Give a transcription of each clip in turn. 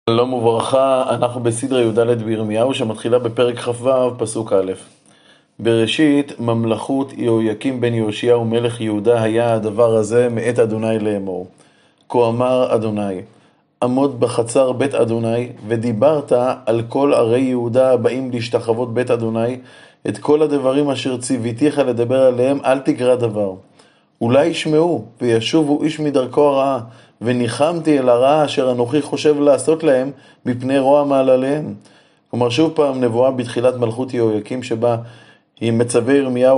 שלום וברכה, אנחנו בסדרה י"ד בירמיהו שמתחילה בפרק כ"ו פסוק א'. בראשית ממלכות יהויקים בן יהושיהו מלך יהודה היה הדבר הזה מאת אדוני לאמור. כה אמר אדוני, עמוד בחצר בית אדוני ודיברת על כל ערי יהודה הבאים להשתחוות בית אדוני, את כל הדברים אשר ציוויתיך לדבר עליהם אל תגרע דבר. אולי ישמעו וישובו איש מדרכו הרעה, וניחמתי אל הרעה אשר אנוכי חושב לעשות להם מפני רוע מעלליהם. כלומר שוב פעם נבואה בתחילת מלכות יהויקים שבה מצווה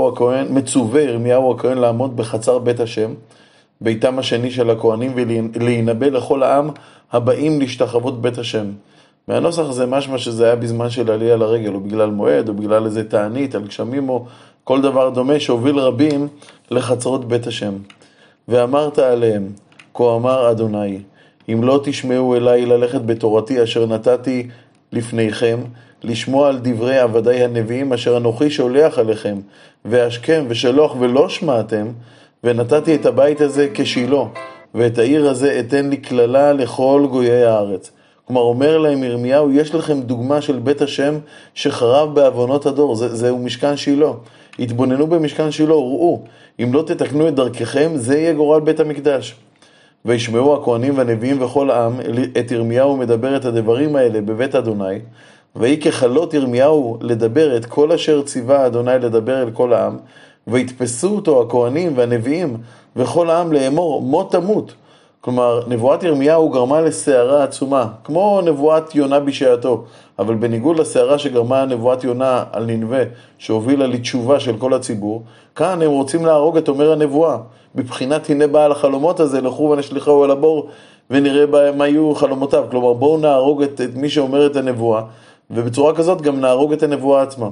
ירמיהו הכהן לעמוד בחצר בית השם, ביתם השני של הכהנים, ולהינבא לכל העם הבאים להשתחוות בית השם. מהנוסח זה משמע שזה היה בזמן של עלייה לרגל, או בגלל מועד, או בגלל איזה תענית על גשמים, או כל דבר דומה שהוביל רבים לחצרות בית השם. ואמרת עליהם, כה אמר אדוני, אם לא תשמעו אליי ללכת בתורתי אשר נתתי לפניכם, לשמוע על דברי עבדי הנביאים אשר אנוכי שולח עליכם, והשכם ושלוח ולא שמעתם, ונתתי את הבית הזה כשילו, ואת העיר הזה אתן לי כללה לכל גויי הארץ. כלומר אומר להם ירמיהו, יש לכם דוגמה של בית השם שחרב בעוונות הדור, זהו משכן שילה. התבוננו במשכן שילה, ראו, אם לא תתקנו את דרככם, זה יהיה גורל בית המקדש. וישמעו הכהנים והנביאים וכל העם את ירמיהו מדבר את הדברים האלה בבית אדוני, ויהי ככלות ירמיהו לדבר את כל אשר ציווה אדוני לדבר אל כל העם, ויתפסו אותו הכהנים והנביאים וכל העם לאמור, מות תמות. כלומר, נבואת ירמיהו גרמה לסערה עצומה, כמו נבואת יונה בשעתו, אבל בניגוד לסערה שגרמה נבואת יונה על נינווה, שהובילה לתשובה של כל הציבור, כאן הם רוצים להרוג את אומר הנבואה. בבחינת הנה בעל החלומות הזה, לכו ונשליחהו אל הבור ונראה מה יהיו חלומותיו. כלומר, בואו נהרוג את מי שאומר את הנבואה, ובצורה כזאת גם נהרוג את הנבואה עצמה.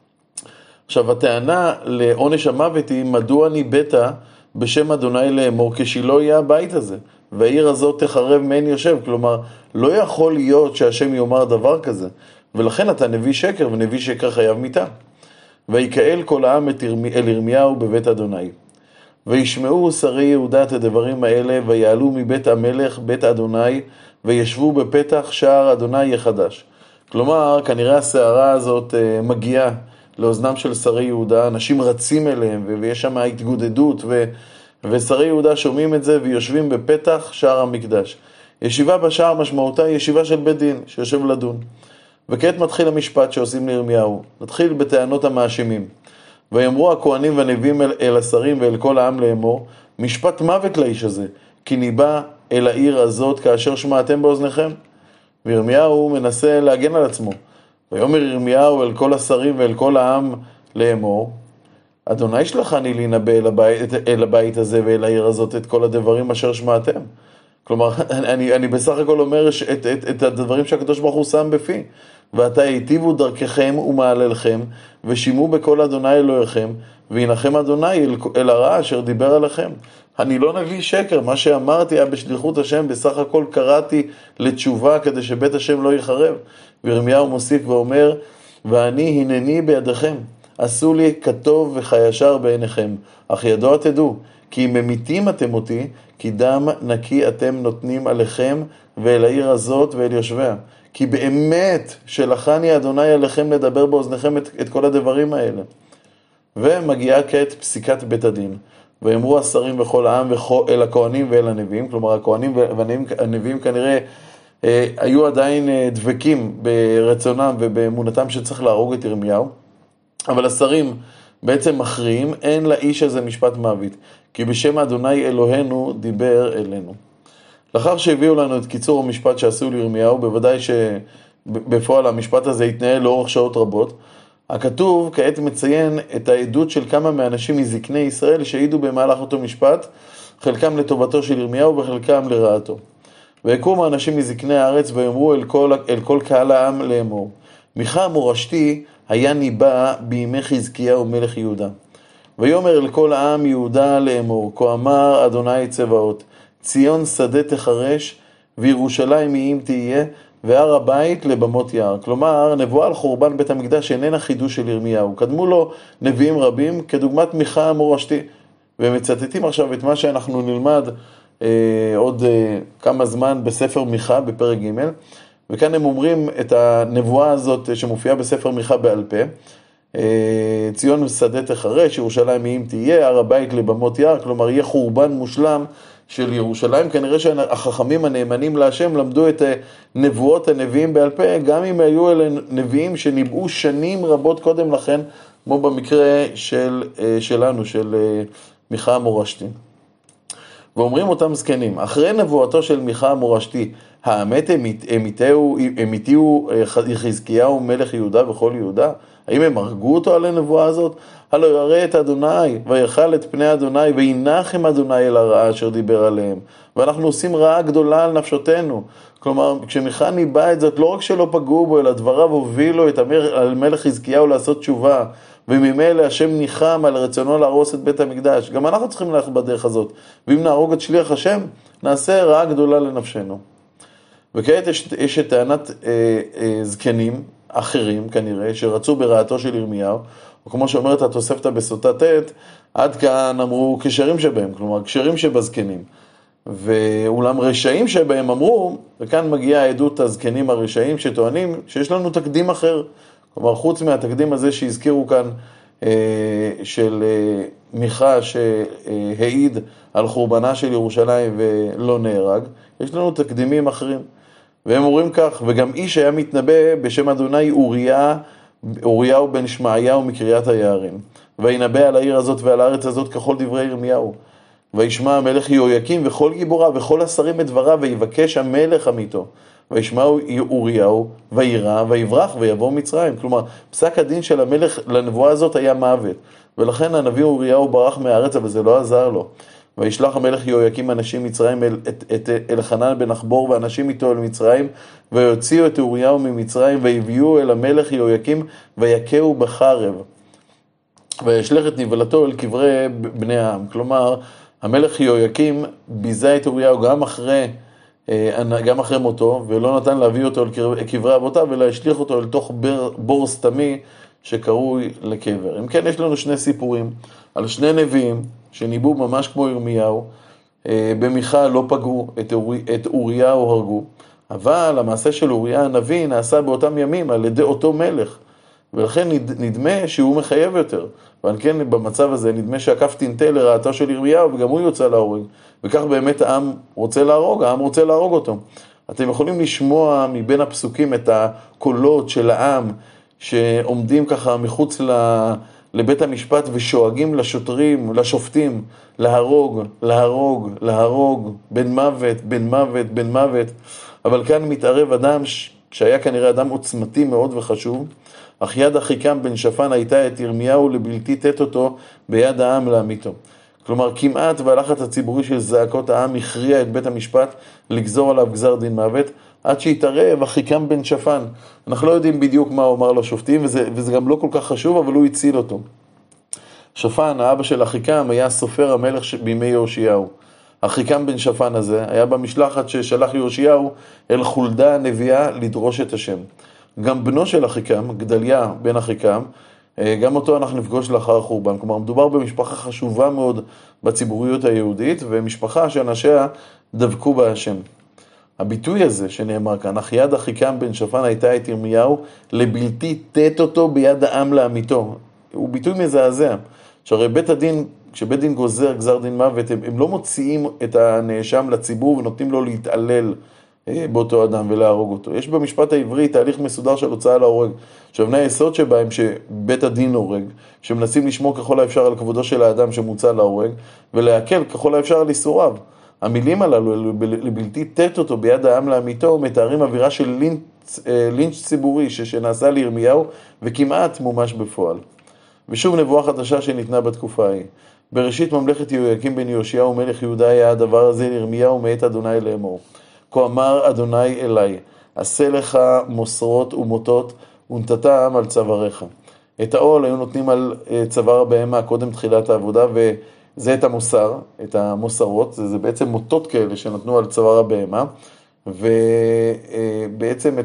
עכשיו, הטענה לעונש המוות היא, מדוע ניבאת בשם אדוני לאמור, כשלא יהיה הבית הזה, והעיר הזאת תחרב מעין יושב. כלומר, לא יכול להיות שהשם יאמר דבר כזה, ולכן אתה נביא שקר, ונביא שקר חייב מיתה. ויקהל כל העם אל ירמיהו בבית אדוני. וישמעו שרי יהודה את הדברים האלה, ויעלו מבית המלך בית אדוני, וישבו בפתח שער אדוני יחדש. כלומר, כנראה הסערה הזאת מגיעה לאוזנם של שרי יהודה, אנשים רצים אליהם, ויש שם התגודדות, ושרי יהודה שומעים את זה, ויושבים בפתח שער המקדש. ישיבה בשער משמעותה ישיבה של בית דין, שיושב לדון. וכעת מתחיל המשפט שעושים לירמיהו. נתחיל בטענות המאשימים. ויאמרו הכהנים והנביאים אל השרים ואל כל העם לאמור, משפט מוות לאיש הזה, כי ניבא אל העיר הזאת כאשר שמעתם באוזניכם. וירמיהו מנסה להגן על עצמו. ויאמר ירמיהו אל כל השרים ואל כל העם לאמור, אדוני שלחני להינבא אל הבית הזה ואל העיר הזאת את כל הדברים אשר שמעתם. כלומר, אני בסך הכל אומר את הדברים שהקדוש ברוך הוא שם בפי. ואתה היטיבו דרככם ומעללכם, ושימו בכל אדוני אלוהיכם, וינחם אדוני אל הרע אשר דיבר עליכם. אני לא נביא שקר, מה שאמרתי היה בשליחות השם, בסך הכל קראתי לתשובה כדי שבית השם לא יחרב. וירמיהו מוסיף ואומר, ואני הנני בידיכם, עשו לי כטוב וכישר בעיניכם, אך ידוע תדעו, כי אם ממיתים אתם אותי, כי דם נקי אתם נותנים עליכם ואל העיר הזאת ואל יושביה. כי באמת שלחני אדוני עליכם לדבר באוזניכם את כל הדברים האלה. ומגיעה כעת פסיקת בית הדין. ואמרו השרים וכל העם אל הכהנים ואל הנביאים, כלומר הכהנים והנביאים כנראה היו עדיין דבקים ברצונם ובאמונתם שצריך להרוג את ירמיהו, אבל השרים בעצם מכריעים, אין לאיש הזה משפט מוות, כי בשם אדוני אלוהינו דיבר אלינו. לאחר שהביאו לנו את קיצור המשפט שעשו לירמיהו, בוודאי שבפועל המשפט הזה התנהל לאורך שעות רבות, הכתוב כעת מציין את העדות של כמה מהאנשים מזקני ישראל שהעידו במהלך אותו משפט, חלקם לטובתו של ירמיהו וחלקם לרעתו. ויקומו אנשים מזקני הארץ ויאמרו אל כל קהל העם לאמור, מיכה מורשתי היה ניבא בימי חזקיהו מלך יהודה. ויאמר אל כל העם יהודה לאמור, כה אמר אדוני צבאות, ציון שדה תחרש וירושלים היא אם תהיה, והר הבית לבמות יער. כלומר, נבואה על חורבן בית המקדש איננה חידוש של ירמיהו. קדמו לו נביאים רבים כדוגמת מיכה מורשתי. ומצטטים עכשיו את מה שאנחנו נלמד עוד כמה זמן בספר מיכה בפרק ג', וכאן הם אומרים את הנבואה הזאת שמופיעה בספר מיכה בעל פה, ציון שדה תחרש, ירושלים אם תהיה, הר הבית לבמות יער, כלומר יהיה חורבן מושלם של ירושלים. כנראה שהחכמים הנאמנים להשם למדו את נבואות הנביאים בעל פה, גם אם היו אלה נביאים שניבאו שנים רבות קודם לכן, כמו במקרה שלנו, של מיכה המורשתי. ואומרים אותם זקנים, אחרי נבואתו של מיכה המורשתי, האמת אמיתיהו חזקיהו מלך יהודה וכל יהודה? האם הם הרגו אותו על הנבואה הזאת? הלא יראה את אדוני, ויחל את פני אדוני, וינחם אדוני אל הרעה אשר דיבר עליהם. ואנחנו עושים רעה גדולה על נפשותנו. כלומר, כשמיכה ניבא את זאת, לא רק שלא פגעו בו, אלא דבריו הובילו את מלך חזקיהו לעשות תשובה, וממילא השם ניחם על רצונו להרוס את בית המקדש. גם אנחנו צריכים ללכת בדרך הזאת. ואם נהרוג את שליח השם, נעשה רעה גדולה לנפשנו. וכעת יש את טענת זקנים אחרים כנראה, שרצו ברעתו של ירמיהו, או כמו שאומרת התוספתא בסוטה ט', עד כאן אמרו כשרים שבהם, כלומר כשרים שבזקנים. ואולם רשעים שבהם אמרו, וכאן מגיעה העדות הזקנים הרשעים שטוענים שיש לנו תקדים אחר. כלומר, חוץ מהתקדים הזה שהזכירו כאן של מיכה שהעיד על חורבנה של ירושלים ולא נהרג, יש לנו תקדימים אחרים. והם אומרים כך, וגם איש היה מתנבא בשם אדוני אוריהו בן שמעיהו מקריית היערים. וינבא על העיר הזאת ועל הארץ הזאת ככל דברי ירמיהו. וישמע המלך יהויקים וכל גיבוריו וכל השרים את דבריו, ויבקש המלך עמיתו. וישמעו אוריהו, וירא, ויברח, ויבוא מצרים. כלומר, פסק הדין של המלך לנבואה הזאת היה מוות. ולכן הנביא אוריהו ברח מהארץ, אבל זה לא עזר לו. וישלח המלך יהויקים אנשים מצרים את אלחנן בן אחבור ואנשים איתו אל מצרים, ויוציאו את אוריהו ממצרים, ויביאו אל המלך יהויקים, ויקהו בחרב. וישלח את נבלתו אל קברי בני העם. כלומר, המלך יהויקים ביזה את אוריהו גם אחרי מותו, ולא נתן להביא אותו אל קברי אבותיו, אלא השליך אותו אל תוך בור סתמי שקרוי לקבר. אם כן, יש לנו שני סיפורים על שני נביאים שניבאו ממש כמו ירמיהו. במיכה לא פגעו, את אוריהו הרגו, אבל המעשה של אוריה הנביא נעשה באותם ימים על ידי אותו מלך, ולכן נדמה שהוא מחייב יותר. ועל כן במצב הזה נדמה שהכף תנטה לרעתו של ירמיהו, וגם הוא יוצא להורג. וכך באמת העם רוצה להרוג אותו. אתם יכולים לשמוע מבין הפסוקים את הקולות של העם, שעומדים ככה מחוץ לבית המשפט ושואגים לשופטים, להרוג, בן מוות. אבל כאן מתערב אדם שהיה כנראה אדם עוצמתי מאוד וחשוב, אך יד אחיקם בן שפן הייתה את ירמיהו לבלתי תת אותו ביד העם לעמיתו. כלומר, כמעט והלחץ הציבורי של זעקות העם הכריע את בית המשפט לגזור עליו גזר דין מוות, עד שהתערב אחיקם בן שפן. אנחנו לא יודעים בדיוק מה הוא אמר לשופטים, וזה גם לא כל כך חשוב, אבל הוא הציל אותו. שפן, האבא של אחיקם, היה סופר המלך בימי יהושיהו. אחיקם בן שפן הזה היה במשלחת ששלח יהושיהו אל חולדה הנביאה לדרוש את השם. גם בנו של אחיקם, גדליה בן אחיקם, גם אותו אנחנו נפגוש לאחר החורבן. כלומר, מדובר במשפחה חשובה מאוד בציבוריות היהודית, ומשפחה שאנשיה דבקו בה השם. הביטוי הזה שנאמר כאן, אך יד אחיקם בן שפן הייתה את ירמיהו לבלתי תת אותו ביד העם לעמיתו, הוא ביטוי מזעזע. שהרי בית הדין, כשבית דין גוזר גזר דין מוות, הם לא מוציאים את הנאשם לציבור ונותנים לו להתעלל באותו אדם ולהרוג אותו. יש במשפט העברי תהליך מסודר של הוצאה להורג, שאבני היסוד שבהם שבית הדין הורג, שמנסים לשמור ככל האפשר על כבודו של האדם שמוצא להורג, ולהקל ככל האפשר על איסוריו. המילים הללו, לבלתי תת אותו ביד העם לעמיתו, מתארים אווירה של לינץ' ציבורי שנעשה לירמיהו, וכמעט מומש בפועל. ושוב נבואה חדשה שניתנה בתקופה ההיא. בראשית ממלכת יהויקים בן יהושיהו מלך יהודה היה הדבר הזה לירמיהו מאת אדוני לאמור. כה אמר אדוני אלי, עשה לך מוסרות ומוטות ונתתם על צוואריך. את העול היו נותנים על צוואר הבהמה קודם תחילת העבודה, וזה את המוסר, את המוסרות, זה בעצם מוטות כאלה שנתנו על צוואר הבהמה, ובעצם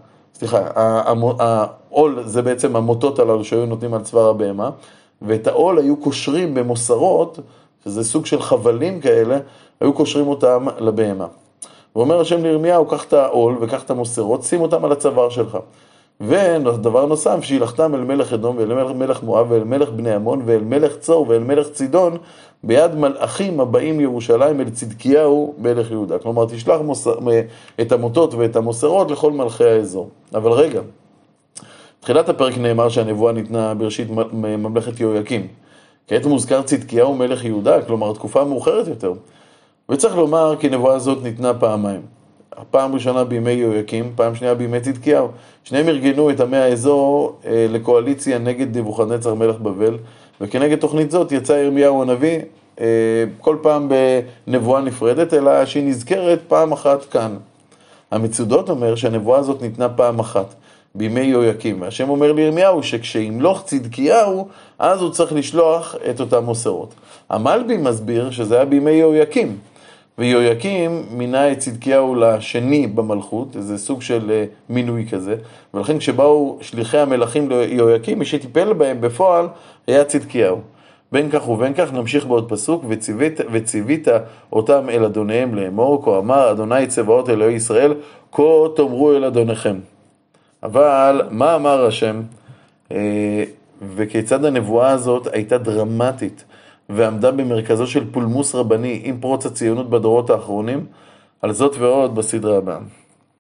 העול זה בעצם המוטות הללו שהיו נותנים על צוואר הבהמה, ואת העול היו קושרים במוסרות, שזה סוג של חבלים כאלה, היו קושרים אותם לבהמה. ואומר השם לירמיהו, קח את העול וקח את המוסרות, שים אותם על הצוואר שלך. ודבר נוסף, שילחתם אל מלך אדום ואל מלך מואב ואל מלך בני עמון ואל מלך צור ואל מלך צידון ביד מלאכים הבאים ירושלים אל צדקיהו מלך יהודה. כלומר, תשלח את המוטות ואת המוסרות לכל מלכי האזור. אבל רגע, תחילת הפרק נאמר שהנבואה ניתנה בראשית ממלכת יהויקים. כעת מוזכר צדקיהו מלך יהודה, כלומר תקופה מאוחרת יותר. וצריך לומר כי נבואה הזאת ניתנה פעמיים. הפעם ראשונה בימי יהויקים, פעם שנייה בימי צדקיהו. שניהם ארגנו את עמי האזור לקואליציה נגד נבוכדנצר מלך בבל, וכנגד תוכנית זאת יצא ירמיהו הנביא כל פעם בנבואה נפרדת, אלא שהיא נזכרת פעם אחת כאן. המצודות אומר שהנבואה הזאת ניתנה פעם אחת בימי יהויקים. השם אומר לירמיהו שכשימלוך צדקיהו, אז הוא צריך לשלוח את אותם מוסרות. המלבי מסביר שזה היה בימי יהויקים. ויהויקים מינה את צדקיהו לשני במלכות, איזה סוג של מינוי כזה, ולכן כשבאו שליחי המלכים ליהויקים, מי שטיפל בהם בפועל היה צדקיהו. בין כך ובין כך נמשיך בעוד פסוק, וציווית אותם אל אדוניהם לאמור, כה אמר אדוני צבאות אלוהי ישראל, כה תאמרו אל אדוניכם. אבל מה אמר השם, וכיצד הנבואה הזאת הייתה דרמטית, ועמדה במרכזו של פולמוס רבני עם פרוץ הציונות בדורות האחרונים, על זאת ועוד בסדרה הבאה.